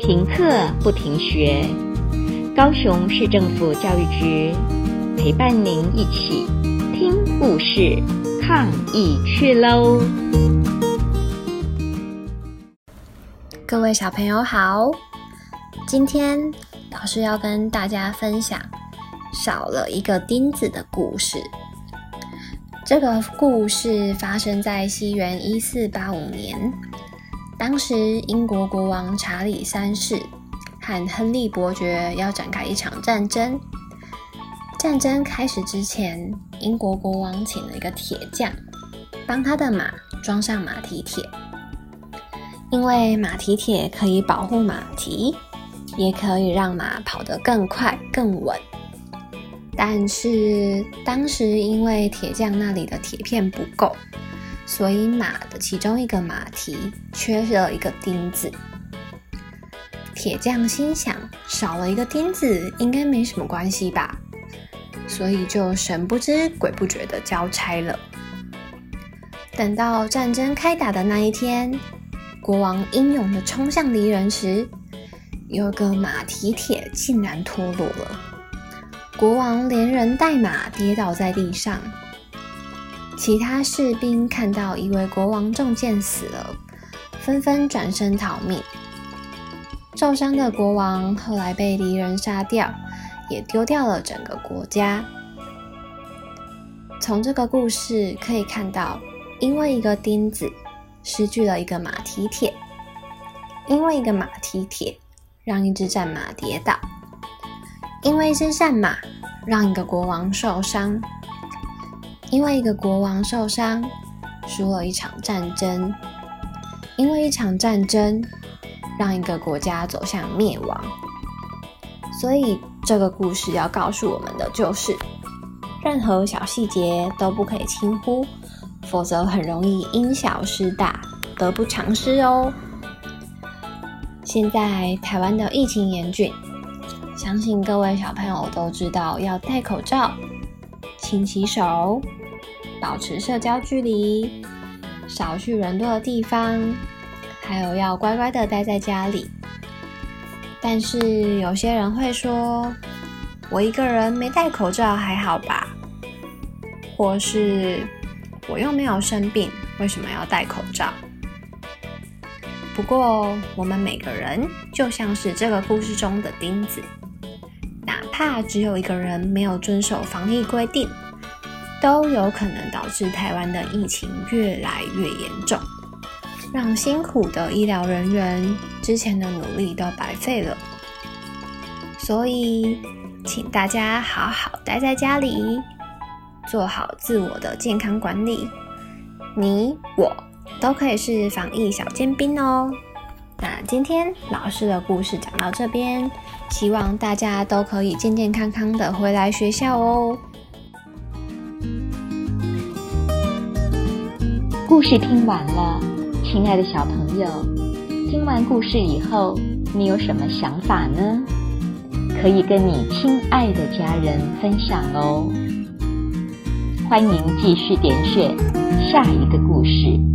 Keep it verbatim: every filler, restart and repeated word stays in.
停课不停学，高雄市政府教育局陪伴您一起听故事，抗疫去喽！ 各位小朋友好，今天老师要跟大家分享少了一个钉子的故事。这个故事发生在西元一四八五年，当时英国国王查理三世和亨利伯爵要展开一场战争。战争开始之前，英国国王请了一个铁匠，帮他的马装上马蹄铁。因为马蹄铁可以保护马蹄，也可以让马跑得更快更稳。但是当时因为铁匠那里的铁片不够，所以马的其中一个马蹄缺了一个钉子。铁匠心想，少了一个钉子应该没什么关系吧，所以就神不知鬼不觉地交差了。等到战争开打的那一天，国王英勇地冲向敌人时，有个马蹄铁竟然脱落了。国王连人带马跌倒在地上，其他士兵看到以为国王中箭死了，纷纷转身逃命。受伤的国王后来被敌人杀掉，也丢掉了整个国家。从这个故事可以看到，因为一个钉子失去了一个马蹄铁，因为一个马蹄铁让一只战马跌倒，因为一只战马让一个国王受伤，因为一个国王受伤输了一场战争，因为一场战争让一个国家走向灭亡。所以这个故事要告诉我们的就是，任何小细节都不可以轻忽，否则很容易因小失大，得不偿失哦。现在台湾的疫情严峻，相信各位小朋友都知道要戴口罩、勤洗手、保持社交距离、少去人多的地方，还有要乖乖的待在家里。但是有些人会说，我一个人没戴口罩还好吧？或是我又没有生病，为什么要戴口罩？不过我们每个人就像是这个故事中的钉子，哪怕只有一个人没有遵守防疫规定，都有可能导致台湾的疫情越来越严重，让辛苦的医疗人员之前的努力都白费了。所以请大家好好待在家里，做好自我的健康管理，你我都可以是防疫小尖兵哦。那今天老师的故事讲到这边，希望大家都可以健健康康的回来学校哦。 故事听完了，亲爱的小朋友，听完故事以后，你有什么想法呢？可以跟你亲爱的家人分享哦。欢迎继续点选下一个故事。